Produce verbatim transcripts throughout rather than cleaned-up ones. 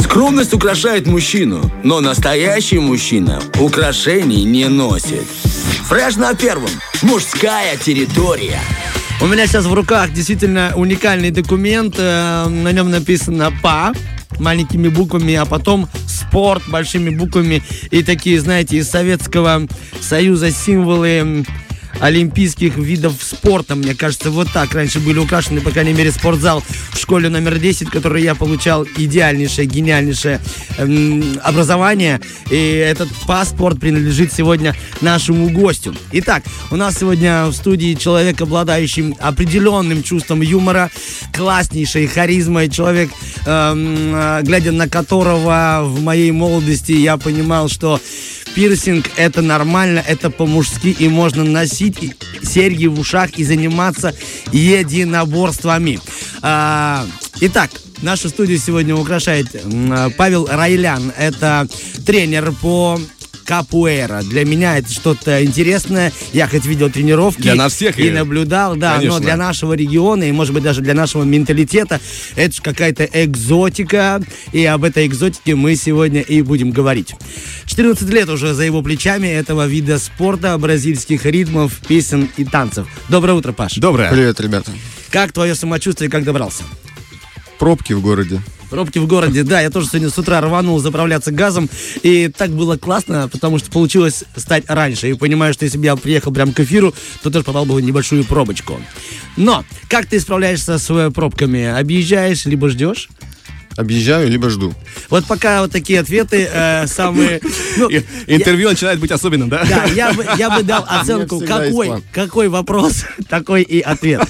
Скромность украшает мужчину, но настоящий мужчина украшений не носит. Фреш на первом. Мужская территория. У меня сейчас в руках действительно уникальный документ. На нем написано «ПА» маленькими буквами, а потом «Спорт» большими буквами. И такие, знаете, из Советского Союза символы олимпийских видов спорта. Мне кажется, вот так раньше были украшены, по крайней мере, спортзал в школе номер десять, который я получал идеальнейшее, гениальнейшее эм, образование. И этот паспорт принадлежит сегодня нашему гостю. Итак, у нас сегодня в студии человек, обладающий определенным чувством юмора, класснейшей харизмой, человек, эм, э, глядя на которого в моей молодости я понимал, что пирсинг — это нормально, это по-мужски, и можно носить серьги в ушах и заниматься единоборствами. А, итак, нашу студию сегодня украшает Павел Райлян. Это тренер по капуэра. Для меня это что-то интересное. Я хоть видел тренировки для нас всех и наблюдал, да, конечно. Но для нашего региона и, может быть, даже для нашего менталитета это же какая-то экзотика. И об этой экзотике мы сегодня и будем говорить. четырнадцать лет уже за его плечами этого вида спорта, бразильских ритмов, песен и танцев. Доброе утро, Паш. Доброе. Привет, ребята. Как твое самочувствие, как добрался? Пробки в городе. Пробки в городе, да, я тоже сегодня с утра рванул заправляться газом, и так было классно, потому что получилось стать раньше, и понимаю, что если бы я приехал прямо к эфиру, то тоже попал бы в небольшую пробочку. Но, как ты справляешься с пробками? Объезжаешь, либо ждешь? Объезжаю, либо жду. Вот пока вот такие ответы э, самые... Ну, интервью я, начинает быть особенным, да? Да, я бы, я бы дал оценку, какой, какой вопрос, такой и ответ.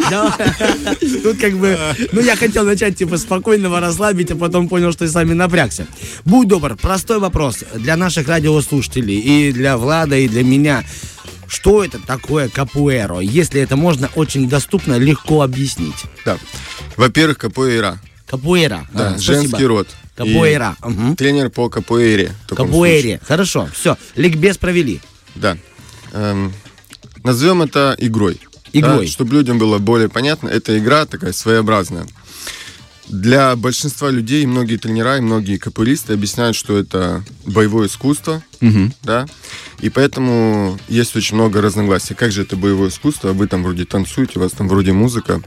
Тут как бы... Ну, я хотел начать, типа, спокойного расслабить, а потом понял, что и сами напрягся. Будь добр, простой вопрос для наших радиослушателей, и для Влада, и для меня. Что это такое капуэро? Если это можно очень доступно, легко объяснить. Да. Во-первых, капуэра. Капуэра. Да, а, женский род. Капуэра. Угу. Тренер по капуэре. Капуэре. Хорошо, все. Ликбез провели. Да. Эм, назовем это игрой. Игрой. Да, чтобы людям было более понятно, это игра такая своеобразная. Для большинства людей, многие тренера и многие капуэристы объясняют, что это боевое искусство. Угу. Да? И поэтому есть очень много разногласий. Как же это боевое искусство? Вы там вроде танцуете, у вас там вроде музыка.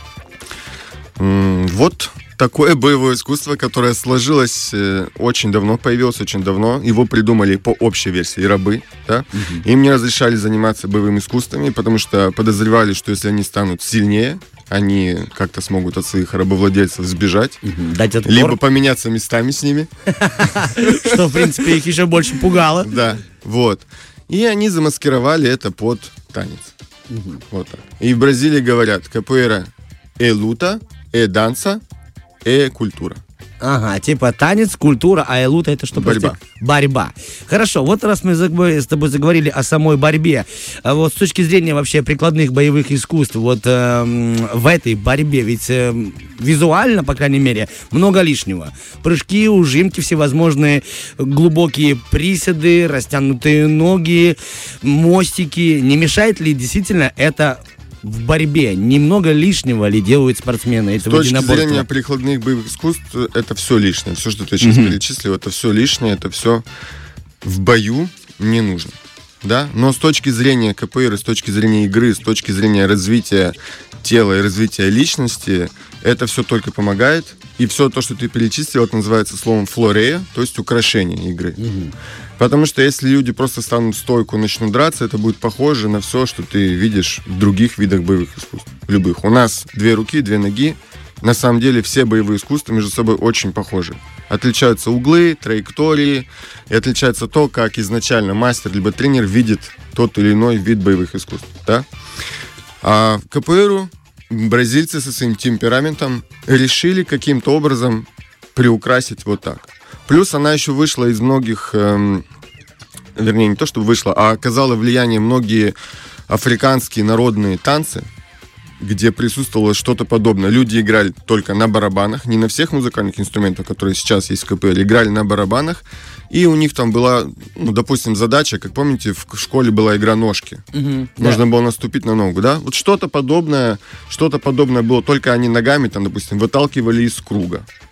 М- вот такое боевое искусство, которое сложилось э, очень давно, появилось очень давно. Его придумали по общей версии рабы. Да? Угу. Им не разрешали заниматься боевыми искусствами, потому что подозревали, что если они станут сильнее, они как-то смогут от своих рабовладельцев сбежать, угу. Дать отпор. Либо поменяться местами с ними. Что, в принципе, их еще больше пугало. Да, вот. И они замаскировали это под танец. Вот так. И в Бразилии говорят: капуэра э лута, э данса, э культура. Ага, типа танец, культура, а элута это что? Борьба. Прости? Борьба. Хорошо, вот раз мы с тобой заговорили о самой борьбе, вот с точки зрения вообще прикладных боевых искусств, вот э, в этой борьбе, ведь э, визуально, по крайней мере, много лишнего. Прыжки, ужимки, всевозможные глубокие приседы, растянутые ноги, мостики. Не мешает ли действительно это в борьбе? Немного лишнего ли делают спортсмены? С точки зрения прикладных боевых искусств, это все лишнее. Все, что ты сейчас mm-hmm. перечислил, это все лишнее, это все в бою не нужно. Да? Но с точки зрения капуэры, с точки зрения игры, с точки зрения развития тела и развития личности, это все только помогает. И все то, что ты перечислил, это называется словом флорея, то есть украшение игры. Mm-hmm. Потому что если люди просто станут в стойку, начнут драться, это будет похоже на все, что ты видишь в других видах боевых искусств. Любых. У нас две руки, две ноги. На самом деле все боевые искусства между собой очень похожи. Отличаются углы, траектории, и отличается то, как изначально мастер либо тренер видит тот или иной вид боевых искусств. Да? А капуэру бразильцы со своим темпераментом решили каким-то образом приукрасить вот так. Плюс она еще вышла из многих, эм, вернее, не то, чтобы вышла, а оказала влияние многие африканские народные танцы, где присутствовало что-то подобное. Люди играли только на барабанах, не на всех музыкальных инструментах, которые сейчас есть в КПР, играли на барабанах, и у них там была, ну, допустим, задача, как помните, в школе была игра ножки. Угу, Нужно да. было наступить на ногу, да? Вот что-то подобное, что-то подобное было, только они ногами, там, допустим, выталкивали из круга.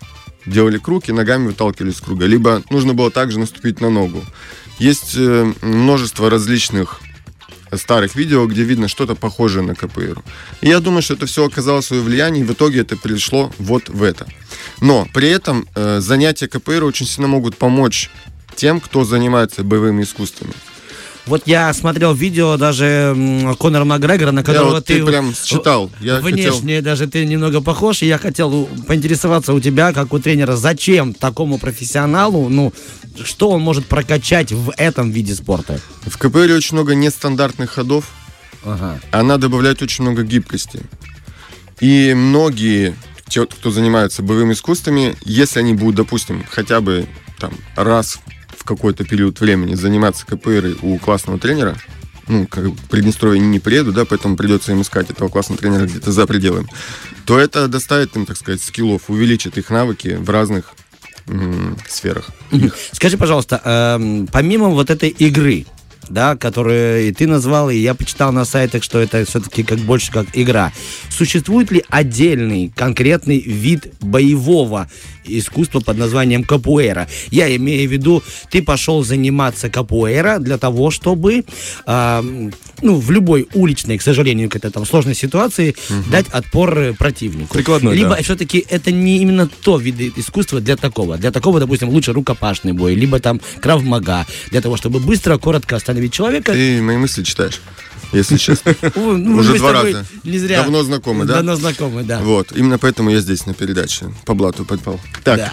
делали круг и ногами выталкивались из круга. Либо нужно было также наступить на ногу. Есть э, множество различных старых видео, где видно что-то похожее на КПР. И я думаю, что это все оказало свое влияние, и в итоге это пришло вот в это. Но при этом э, занятия КПР очень сильно могут помочь тем, кто занимается боевыми искусствами. Вот я смотрел видео даже Конора Макгрегора, на которого вот ты... ты прям считал. Я внешне хотел... даже ты немного похож, и я хотел поинтересоваться у тебя, как у тренера, зачем такому профессионалу, ну, что он может прокачать в этом виде спорта? В КПР очень много нестандартных ходов, ага. Она добавляет очень много гибкости. И многие, те, кто занимается боевыми искусствами, если они будут, допустим, хотя бы там раз в какой-то период времени заниматься КПР у классного тренера, ну, как в Приднестровье не приеду, да, поэтому придется им искать этого классного тренера где-то за пределами, то это доставит им, так сказать, скиллов, увеличит их навыки в разных м- сферах. Скажи, пожалуйста, э, помимо вот этой игры, да, которую и ты назвал, и я почитал на сайтах, что это все-таки как больше как игра. Существует ли отдельный конкретный вид боевого искусства под названием капуэра? Я имею в виду, ты пошел заниматься капуэра для того, чтобы э, ну, в любой уличной, к сожалению, какой-то там сложной ситуации угу. дать отпор противнику. Прикладной, либо да. все-таки это не именно то вид искусства для такого. Для такого, допустим, лучше рукопашный бой, либо там крав-мага, для того, чтобы быстро, коротко остановить человека. Ты мои мысли читаешь, если честно. Ну, уже два раза. Не зря. Давно знакомы, да? Давно знакомы, да. Вот, именно поэтому я здесь на передаче. По блату попал. Так.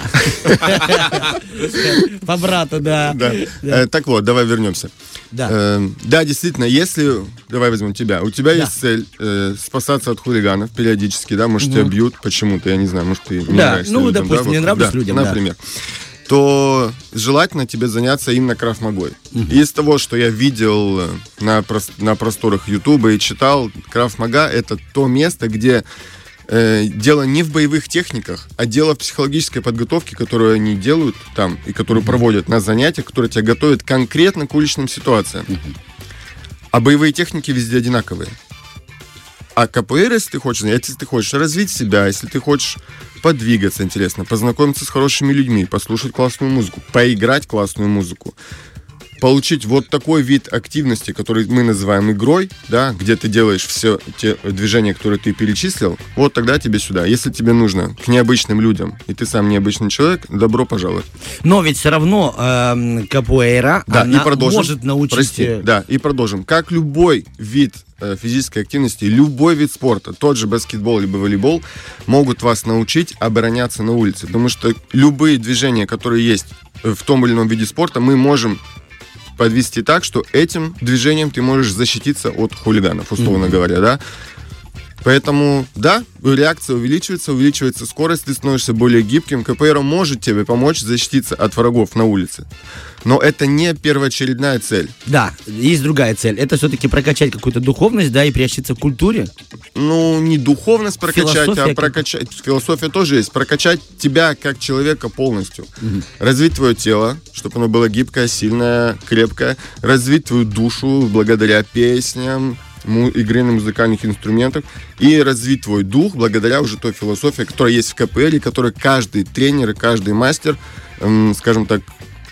По брату, да. Так вот, давай вернемся. Да. Да, действительно, если... Давай возьмем тебя. У тебя есть цель спасаться от хулиганов периодически, да? Может, тебя бьют почему-то, я не знаю, может, ты не нравишься людям. Да, ну, допустим, не нравлюсь людям, да. Например. То желательно тебе заняться именно крав-магой. Uh-huh. Из того, что я видел на, на просторах Ютуба и читал, крав-мага — это то место, где э, дело не в боевых техниках, а дело в психологической подготовке, которую они делают там и которую uh-huh. проводят на занятиях, которые тебя готовят конкретно к уличным ситуациям. Uh-huh. А боевые техники везде одинаковые. А КПР, если ты хочешь, если ты хочешь развить себя, если ты хочешь подвигаться интересно, познакомиться с хорошими людьми, послушать классную музыку, поиграть классную музыку, получить вот такой вид активности, который мы называем игрой, да, где ты делаешь все те движения, которые ты перечислил, вот тогда тебе сюда. Если тебе нужно к необычным людям, и ты сам необычный человек, добро пожаловать. Но ведь все равно э, капуэйра, да, она и продолжим, может научить... Прости, да, и продолжим. Как любой вид э, физической активности, любой вид спорта, тот же баскетбол либо волейбол, могут вас научить обороняться на улице. Потому что любые движения, которые есть в том или ином виде спорта, мы можем подвести так, что этим движением ты можешь защититься от хулиганов, условно mm-hmm. говоря, да. Поэтому, да, реакция увеличивается, увеличивается скорость, ты становишься более гибким. КПР может тебе помочь защититься от врагов на улице. Но это не первоочередная цель. Да, есть другая цель. Это все-таки прокачать какую-то духовность, да, и приобщиться к культуре. Ну, не духовность прокачать, философия, а прокачать... Как... Философия тоже есть. Прокачать тебя как человека полностью. Угу. Развить твое тело, чтобы оно было гибкое, сильное, крепкое. Развить твою душу благодаря песням, игре на музыкальных инструментах, и развить твой дух благодаря уже той философии, которая есть в КПР, которую каждый тренер и каждый мастер, эм, скажем так,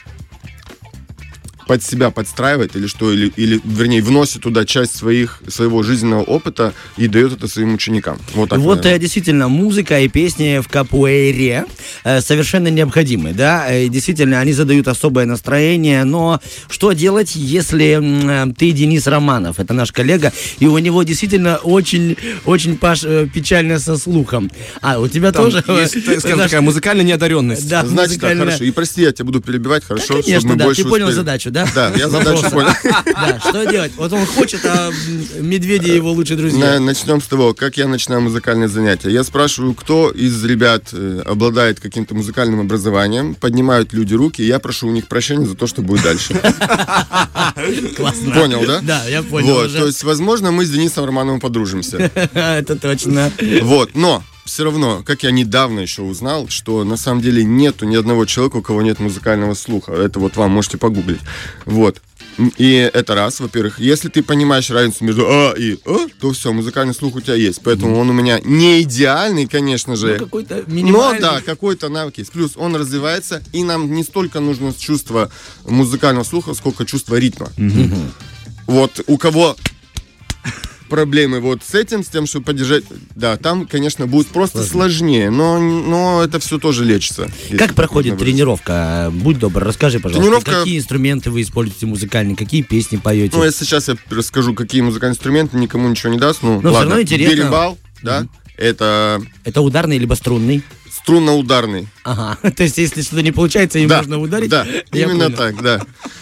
под себя подстраивает, или что, или, или, вернее, вносит туда часть своих, своего жизненного опыта и дает это своим ученикам. Вот, так, вот э, действительно, музыка и песни в капуэйре э, совершенно необходимы, да, и действительно, они задают особое настроение, но что делать, если э, ты Денис Романов, это наш коллега, и у него действительно очень, очень, Паш, э, печально со слухом. А, у тебя там тоже... Есть, так скажем, такая музыкальная неодаренность. Да, Значит, музыкальная... так, хорошо. И прости, я тебя буду перебивать, хорошо? Да, конечно, да, ты понял успели. задачу, да? Да, я задачу понял. Да, что делать? Вот он хочет, а медведи его лучшие друзья. Начнем с того, как я начинаю музыкальные занятия. Я спрашиваю, кто из ребят обладает каким-то музыкальным образованием, поднимают люди руки, и я прошу у них прощения за то, что будет дальше. Классно. Понял, да? Да, я понял. Вот, то есть, возможно, мы с Денисом Романовым подружимся. Это точно. Вот, но все равно, как я недавно еще узнал, что на самом деле нету ни одного человека, у кого нет музыкального слуха. Это вот вам можете погуглить. Вот. И это раз, во-первых. Если ты понимаешь разницу между а и а, то все, музыкальный слух у тебя есть. Поэтому mm-hmm. он у меня не идеальный, конечно же. Ну, какой-то минимальный. Но да, какой-то навык есть. Плюс он развивается, и нам не столько нужно чувство музыкального слуха, сколько чувство ритма. Mm-hmm. Вот у кого проблемы вот с этим, с тем, чтобы поддержать, да, там, конечно, будет просто Сложно. сложнее, но, но это все тоже лечится. Как проходит тренировка? Будь добр, расскажи, пожалуйста, тренировка... какие инструменты вы используете музыкальные, какие песни поете? Ну, если сейчас я расскажу, какие музыкальные инструменты, никому ничего не даст, ну, но ладно. Берибал, да, mm-hmm. это... Это ударный либо струнный? Струнно-ударный. Ага, то есть, если что-то не получается, им да, можно ударить? Да, именно понял. Так, да.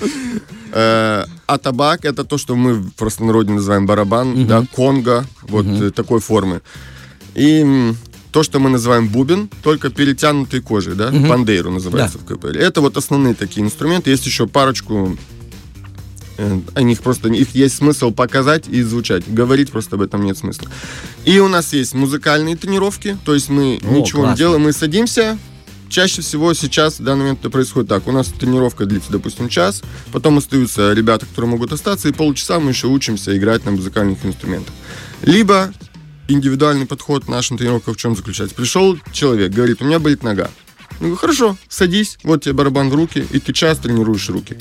А табак — это то, что мы в простонародье называем барабан, uh-huh. да, конго, вот uh-huh. такой формы. И то, что мы называем бубен, только перетянутой кожей, да, uh-huh. пандейру называется да. в КПЛ. Это вот основные такие инструменты. Есть еще парочку, о них просто, их есть смысл показать и звучать. Говорить просто об этом нет смысла. И у нас есть музыкальные тренировки, то есть мы О, ничего классно. не делаем, мы садимся. Чаще всего сейчас, в данный момент, это происходит так. У нас тренировка длится, допустим, час. Потом остаются ребята, которые могут остаться. И полчаса мы еще учимся играть на музыкальных инструментах. Либо индивидуальный подход к нашим тренировкам в чем заключается. Пришел человек, говорит, у меня болит нога. Я говорю, хорошо, садись, вот тебе барабан в руки, и ты час тренируешь руки.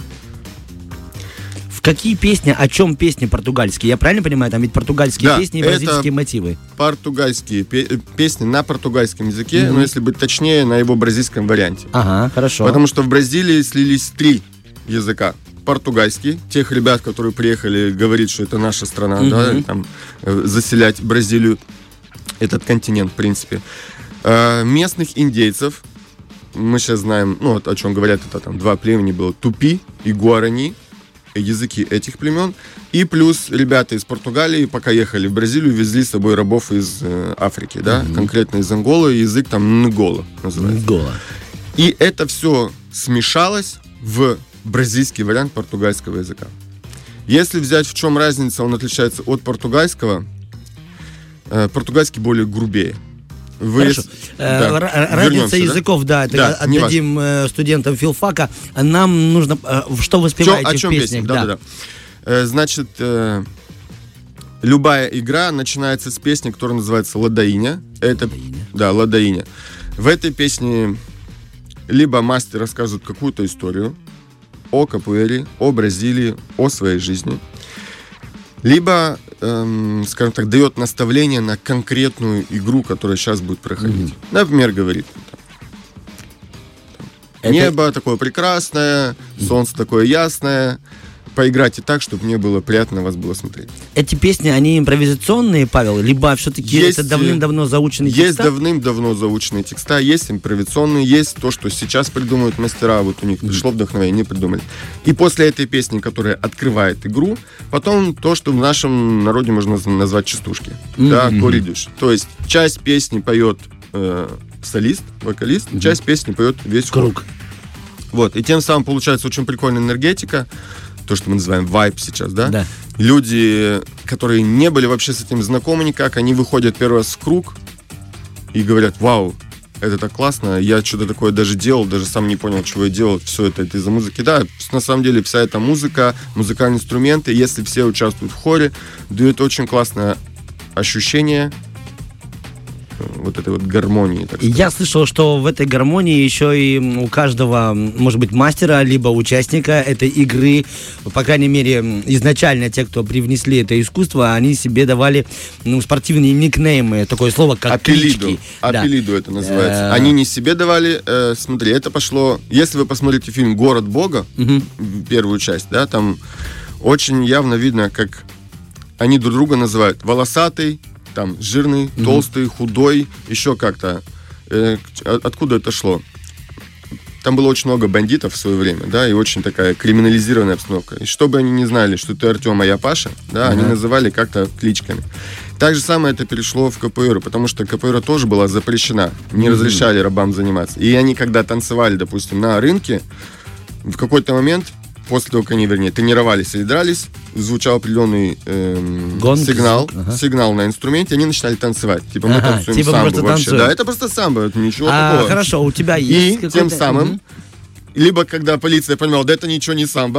Какие песни, о чем песни португальские? Я правильно понимаю, там ведь португальские да, песни и бразильские мотивы. Португальские пе- песни на португальском языке, mm-hmm. но если быть точнее, на его бразильском варианте. Ага, хорошо. Потому что в Бразилии слились три языка. Португальский, тех ребят, которые приехали говорить, что это наша страна, mm-hmm. да, там, заселять Бразилию, этот континент, в принципе. А, местных индейцев, мы сейчас знаем, ну, о чем говорят, это там два племени было, Тупи и Гуарани, языки этих племен. И плюс ребята из Португалии, пока ехали в Бразилию, везли с собой рабов из э, Африки, да, mm-hmm. конкретно из Анголы, язык там нгола называется. Нгола. И это все смешалось в бразильский вариант португальского языка. Если взять, в чем разница, он отличается от португальского, э, португальский более грубее. Вы... Хорошо. Да. Разница Вернемся, языков, да, да это да, отдадим э, студентам филфака. Нам нужно, э, что вы спеваете Чё, о чем в песнях? Да, да. Да, да. Значит, э, любая игра начинается с песни, которая называется «Ладаиня». Это, Ладаиня. Да, «Ладаиня». В этой песне либо мастер рассказывает какую-то историю о капуэре, о Бразилии, о своей жизни, либо, эм, скажем так, дает наставление на конкретную игру, которая сейчас будет проходить. Mm-hmm. Например, говорит, там, Это... небо такое прекрасное, солнце такое ясное. Поиграйте так, чтобы мне было приятно вас было смотреть. Эти песни, они импровизационные, Павел? Либо все-таки есть, это давным-давно заученные есть текста? Есть давным-давно заученные текста, есть импровизационные, есть то, что сейчас придумывают мастера, вот у них mm-hmm. пришло вдохновение, не придумали. И после этой песни, которая открывает игру, потом то, что в нашем народе можно назвать частушки, mm-hmm. да, коридюш. То есть часть песни поет э, солист, вокалист, mm-hmm. часть песни поет весь круг. Хор. Вот, и тем самым получается очень прикольная энергетика, то, что мы называем вайб сейчас, да? Да. Люди, которые не были вообще с этим знакомы никак, они выходят первый раз в круг и говорят, вау, это так классно, я что-то такое даже делал, даже сам не понял, чего я делал, все это, это из-за музыки. Да, на самом деле вся эта музыка, музыкальные инструменты, если все участвуют в хоре, дает очень классное ощущение вот этой вот гармонии. Так сказать. Я слышал, что в этой гармонии еще и у каждого, может быть, мастера, либо участника этой игры, по крайней мере, изначально те, кто привнесли это искусство, они себе давали ну, спортивные никнеймы, такое слово, как апеллиду. клички. Апеллиду да. это называется. Они не себе давали, э, смотри, это пошло, если вы посмотрите фильм «Город Бога», угу. первую часть, да, там очень явно видно, как они друг друга называют волосатый, там, жирный, mm-hmm. толстый, худой, еще как-то. Э, откуда это шло? Там было очень много бандитов в свое время, да, и очень такая криминализированная обстановка. И чтобы они не знали, что ты Артем, а я Паша, да, mm-hmm. они называли как-то кличками. Так же самое это перешло в КПР, потому что КПР тоже была запрещена. Не mm-hmm. разрешали рабам заниматься. И они, когда танцевали, допустим, на рынке, в какой-то момент... После того, как они, вернее, тренировались или дрались, звучал определенный эм, Гонг, сигнал, ага. сигнал на инструменте, они начинали танцевать. Типа мы ага, танцуем типа самбо вообще. Танцуем. Да, это просто самбо, это ничего а, такого. Хорошо, у тебя есть И тем самым, угу. либо когда полиция понимала, да это ничего не самбо,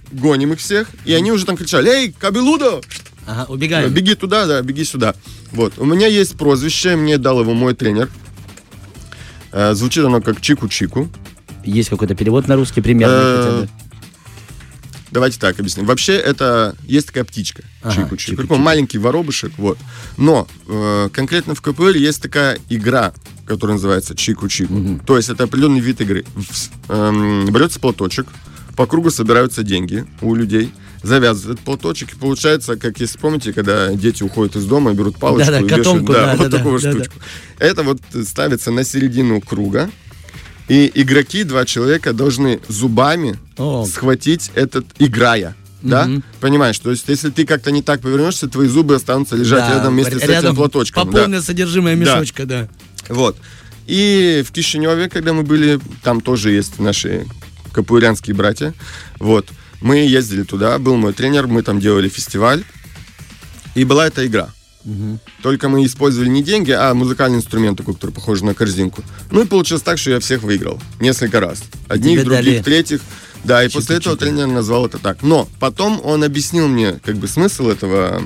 гоним их всех, и они уже там кричали: «Эй, Кабелудо!» Ага, убегаем. Беги туда, да, беги сюда. Вот. У меня есть прозвище, мне дал его мой тренер. Э, звучит оно как Чику-Чику. Есть какой-то перевод на русский примерно хотя бы? Давайте так объясним. Вообще, это есть такая птичка. Ага, Чику-Чику. чику-чику. Такой маленький воробушек. Вот. Но э, конкретно в ка пэ эл есть такая игра, которая называется Чику-Чику. Мгм. То есть это определенный вид игры. В- эм, берется платочек, по кругу собираются деньги у людей, завязывают этот платочек, и получается, как если помните, когда дети уходят из дома и берут палочку Да-да, и вешают, котомку, да, да, вот да, такую да, штучку. Это вот ставится на середину круга, и игроки, два человека, должны зубами О. схватить этот, играя. Да? Мгм. Понимаешь, то есть если ты как-то не так повернешься, твои зубы останутся лежать Да, рядом вместе с рядом этим платочком. по да. полное содержимое Да. мешочка, да. Вот. И в Кишиневе, когда мы были, там тоже есть наши капуэрянские братья. Вот. Мы ездили туда, был мой тренер, мы там делали фестиваль. И была эта игра. Мгм. Только мы использовали не деньги, а музыкальный инструмент такой, который похож на корзинку. Ну и получилось так, что я всех выиграл. Несколько раз. Одних, Тебе других, дали третьих. Да, и после этого чики-чики. тренер назвал это так. Но потом он объяснил мне, как бы, смысл этого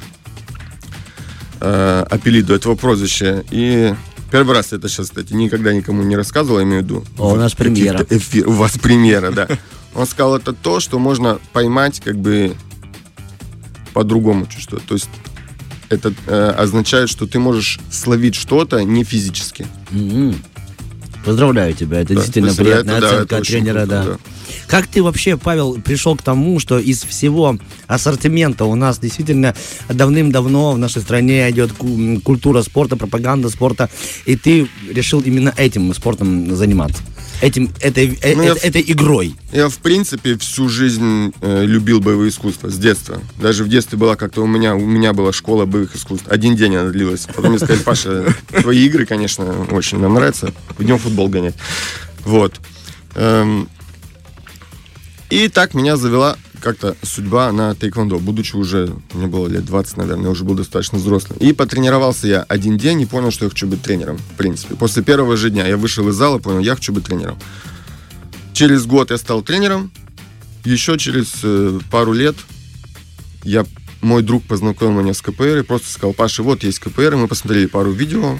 э, апеллиду, этого прозвища. И первый раз это сейчас, кстати, никогда никому не рассказывал, я имею в виду. О, у нас в каких-то премьера. эфир- у вас премьера, да. Он сказал, это то, что можно поймать, как бы, по-другому чувство. То есть это э, означает, что ты можешь словить что-то не физически. Мгм. Поздравляю тебя, это Да, действительно спасибо, приятная это да, оценка это от очень тренера, круто, да. да. Как ты вообще, Павел, пришел к тому, что из всего ассортимента у нас действительно давным-давно в нашей стране идет ку- м, культура спорта, пропаганда спорта, и ты решил именно этим спортом заниматься? Этим, этой, э- Ну, э- я- этой игрой? Я, в принципе, всю жизнь э, любил боевые искусства с детства. Даже в детстве была как-то у меня, у меня была школа боевых искусств. Один день она длилась. Потом мне сказали: Паша, твои игры, конечно, очень нам нравятся. Идем в футбол гонять. Вот. Эм, И так меня завела как-то судьба на тэквондо. Будучи уже, мне было лет двадцать, наверное, я уже был достаточно взрослым. И потренировался я один день и понял, что я хочу быть тренером, в принципе. После первого же дня я вышел из зала, понял, я хочу быть тренером. Через год я стал тренером. Еще через э, пару лет я, мой друг познакомил меня с ка пэ эр и просто сказал: Паша, вот есть ка пэ эр, и мы посмотрели пару видео.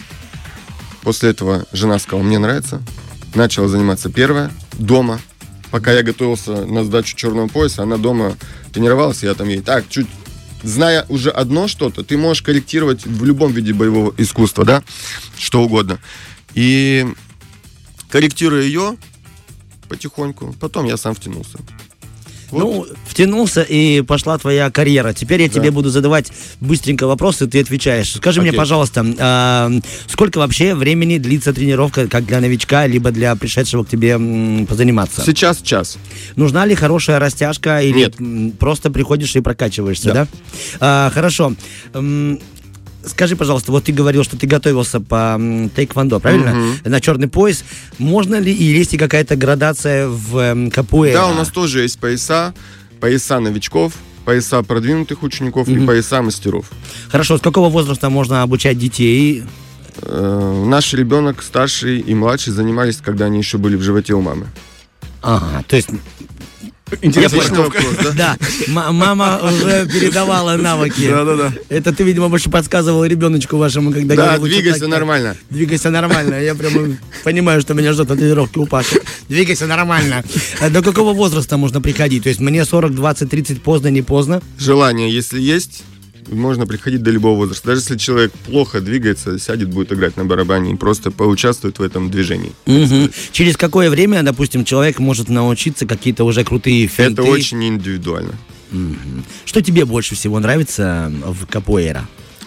После этого жена сказала: мне нравится. Начала заниматься первая дома. Пока я готовился на сдачу черного пояса, она дома тренировалась, я там ей: так, чуть зная уже одно что-то, ты можешь корректировать в любом виде боевого искусства, да, что угодно. И корректируя ее потихоньку, потом я сам втянулся. Вот. Ну, втянулся, и пошла твоя карьера. Теперь я Да. тебе буду задавать быстренько вопросы, ты отвечаешь. Скажи мне, Окей. пожалуйста, а, сколько вообще времени длится тренировка, как для новичка, либо для пришедшего к тебе м, позаниматься? Сейчас час. Нужна ли хорошая растяжка, или Нет. м, просто приходишь и прокачиваешься, да? Да. А, хорошо. М, Скажи, пожалуйста, вот ты говорил, что ты готовился по м, тэквондо, правильно? Мгм. На черный пояс. Можно ли, и есть ли какая-то градация в м, капуэра? Да, у нас тоже есть пояса, пояса новичков, пояса продвинутых учеников Мгм. и пояса мастеров. Хорошо, с какого возраста можно обучать детей? Э, наш ребенок, старший и младший, занимались, когда они еще были в животе у мамы. Ага, то есть, Интересный Отличный вопрос, да? да, м- мама уже передавала навыки. Да-да-да. Это ты, видимо, больше подсказывал ребеночку вашему, когда Да, говорил, лучше двигайся так, нормально. Двигайся нормально. Я прямо понимаю, что меня ждет на тренировке у Паши. Двигайся нормально. А до какого возраста можно приходить? То есть мне сорок, двадцать, тридцать, поздно, не поздно? Желание, если есть, можно приходить до любого возраста. Даже если человек плохо двигается, сядет, будет играть на барабане и просто поучаствует в этом движении. Мгм. Через какое время, допустим, человек может научиться какие-то уже крутые финты? Это очень индивидуально. Мгм. Что тебе больше всего нравится в капуэра?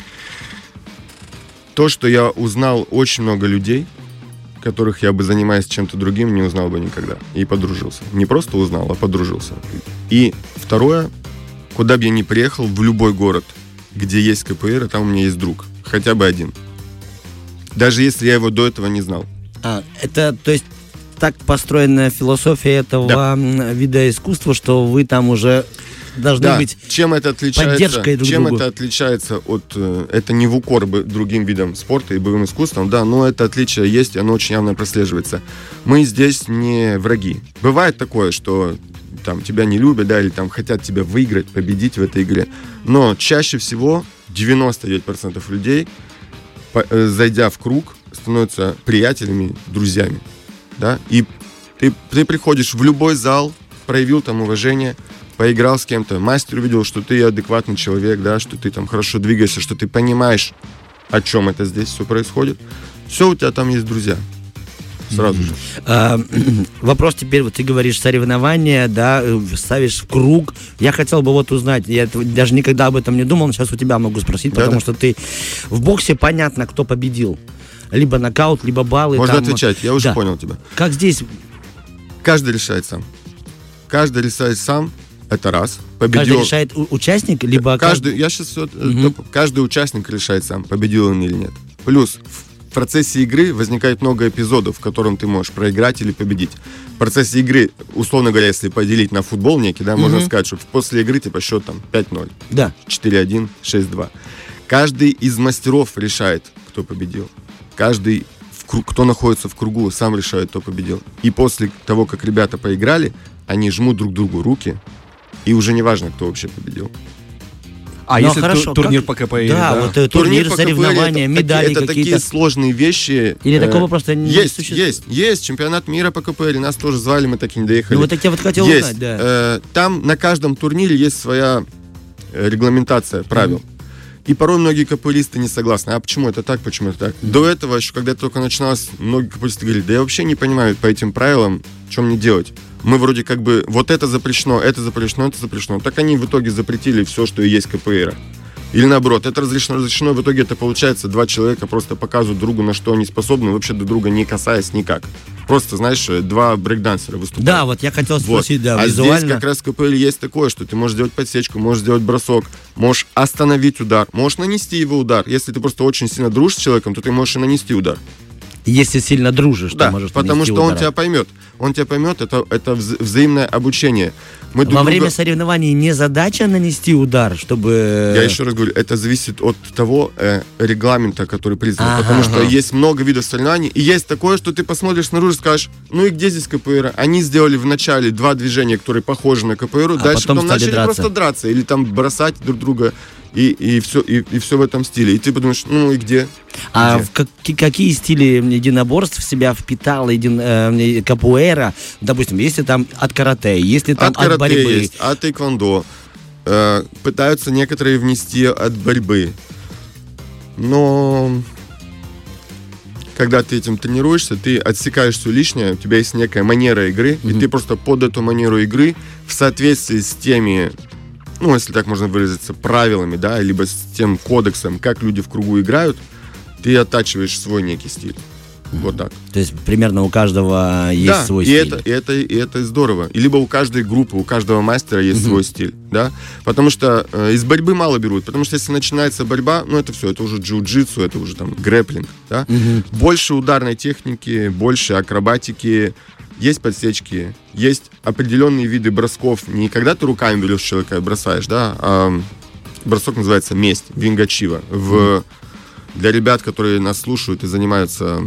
То, что я узнал очень много людей, которых я бы, занимаясь чем-то другим, не узнал бы никогда. И подружился. Не просто узнал, а подружился. И второе, куда бы я ни приехал, в любой город, где есть ка пэ эр, там у меня есть друг. Хотя бы один. Даже если я его до этого не знал. А, это, то есть, так построена философия этого Да. м, вида искусства, что вы там уже должны Да, быть... чем это отличается? поддержкой друг Чем другу. это отличается от... э, Это не в укор бы другим видам спорта и боевым искусствам, да, но это отличие есть, и оно очень явно прослеживается. Мы здесь не враги. Бывает такое, что там, тебя не любят, да, или там хотят тебя выиграть, победить в этой игре. Но чаще всего девяносто девять процентов людей, по, э, зайдя в круг, становятся приятелями, друзьями, да, и ты, ты приходишь в любой зал, проявил там уважение, поиграл с кем-то, мастер увидел, что ты адекватный человек, да, что ты там хорошо двигаешься, что ты понимаешь, о чем это здесь все происходит, все, у тебя там есть друзья. Сразу же. А, вопрос теперь, вот ты говоришь соревнования, да, ставишь в круг. Я хотел бы вот узнать, я даже никогда об этом не думал, но сейчас у тебя могу спросить, потому да, что ты в боксе понятно, кто победил. Либо нокаут, либо баллы. Можно там... отвечать, я уже да. понял тебя. Как здесь? Каждый решает сам. Каждый решает сам, это раз. Победил... Каждый решает участник, либо... Каждый, я сейчас все... Угу. Каждый участник решает сам, победил он или нет. Плюс в процессе игры возникает много эпизодов, в котором ты можешь проиграть или победить. В процессе игры, условно говоря, если поделить на футбол некий, да, угу. можно сказать, что после игры типа счет там пять ноль, да. четыре один, шесть два. Каждый из мастеров решает, кто победил. Каждый, в круг, кто находится в кругу, сам решает, кто победил. И после того, как ребята поиграли, они жмут друг другу руки, и уже не важно, кто вообще победил. А ну, если хорошо, турнир как... по КПР? Да, да, вот турнир, турнир соревнования, это, медали это какие-то. такие сложные вещи. Или э, такого просто не есть, существует? Есть, есть. Чемпионат мира по КПР, нас тоже звали, мы так и не доехали. Ну вот так я вот хотел есть. узнать, да. Э, там на каждом турнире есть своя э, регламентация правил. Mm-hmm. И порой многие КПРисты не согласны. А почему это так, почему это так? Mm-hmm. До этого, еще когда это только начиналось, многие КПРисты говорили, да я вообще не понимаю по этим правилам, что мне делать. Мы вроде как бы, вот это запрещено, это запрещено, это запрещено. Так они в итоге запретили все, что и есть КПР. Или наоборот, это разрешено, разрешено, в итоге это получается, два человека просто показывают другу, на что они способны, вообще друг друга не касаясь никак. Просто, знаешь, два брейкдансера выступают. Да, вот я хотел спросить, вот. да, а визуально. А здесь как раз в КПР есть такое, что ты можешь сделать подсечку, можешь сделать бросок, можешь остановить удар, можешь нанести его удар. Если ты просто очень сильно дружишь с человеком, то ты можешь и нанести удар. Если сильно дружишь, да, то можешь потому что удара. он тебя поймет. Он тебя поймет, это, это вза- взаимное обучение. Мы Во друг время друга... соревнований не задача нанести удар, чтобы... Я еще раз говорю, это зависит от того э, регламента, который признан. Ага, потому ага. что есть много видов соревнований, и есть такое, что ты посмотришь снаружи и скажешь, ну и где здесь КПР? Они сделали в начале два движения, которые похожи на КПР, а дальше потом, потом начали драться. просто драться, или там бросать друг друга. И, и, все, и, и все в этом стиле. И ты подумаешь, ну и где? А где? в как, какие стили единоборств в себя впитала един, э, капуэра? Допустим, если там от карате, если там от, от карате борьбы. Есть, от тэквондо. Э, пытаются некоторые внести от борьбы. Но когда ты этим тренируешься, ты отсекаешь все лишнее, у тебя есть некая манера игры, mm-hmm. и ты просто под эту манеру игры в соответствии с теми, ну, если так можно выразиться, правилами, да, либо с тем кодексом, как люди в кругу играют, ты оттачиваешь свой некий стиль. Mm-hmm. Вот так. То есть примерно у каждого есть да, свой и стиль. Это, и, это, и это здорово. И либо у каждой группы, у каждого мастера есть mm-hmm. свой стиль, да. Потому что э, из борьбы мало берут. Потому что если начинается борьба, ну, это все, это уже джиу-джитсу, это уже там грэпплинг, да. Mm-hmm. Больше ударной техники, больше акробатики. Есть подсечки, есть определенные виды бросков. Не когда ты руками берешь человека и бросаешь, да, а бросок называется месть, вингачива. В... Для ребят, которые нас слушают и занимаются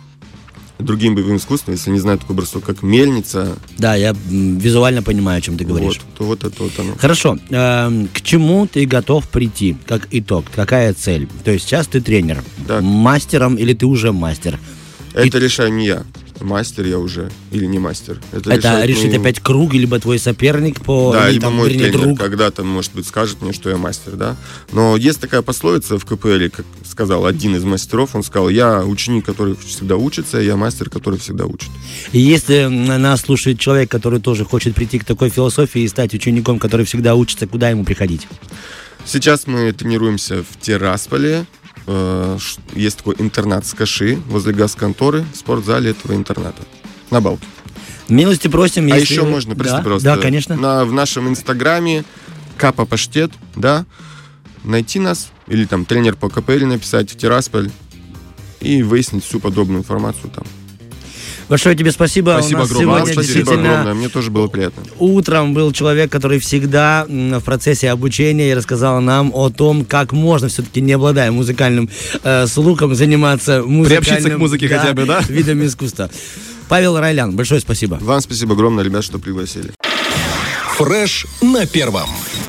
другим боевым искусством, если не знают такой бросок, как мельница. Да, я визуально понимаю, о чем ты говоришь. Вот, то вот это вот оно. Хорошо. Э, к чему ты готов прийти, как итог? Какая цель? То есть сейчас ты тренер. Так. Мастером или ты уже мастер? Это и... решаю не я. Мастер я уже или не мастер. Это, это решить мои... опять круг, либо твой соперник по... Да, или, либо там, мой вернее, тренер друг. когда-то, может быть, скажет мне, что я мастер, да. Но есть такая пословица в КПР, как сказал один из мастеров, он сказал, я ученик, который всегда учится, я мастер, который всегда учит. И если нас слушает человек, который тоже хочет прийти к такой философии и стать учеником, который всегда учится, куда ему приходить? Сейчас мы тренируемся в Тирасполе. Есть такой интернат Скаши возле газконторы в спортзале этого интерната. На Балке. Милости просим. А если... еще можно, прости, да, просто. Да, конечно. На, в нашем инстаграме Капа Паштет, да, найти нас, или там тренер по КПР написать в Тирасполь и выяснить всю подобную информацию там. Большое тебе спасибо. Спасибо огромное. Сегодня спасибо действительно огромное. Мне тоже было приятно. Утром был человек, который всегда в процессе обучения и рассказал нам о том, как можно, все-таки не обладая музыкальным э, слухом, заниматься музыкальным... Приобщиться к музыке да, хотя бы, да? Видом искусства. Павел Райлян, большое спасибо. Вам спасибо огромное, ребят, что пригласили. Фреш на первом.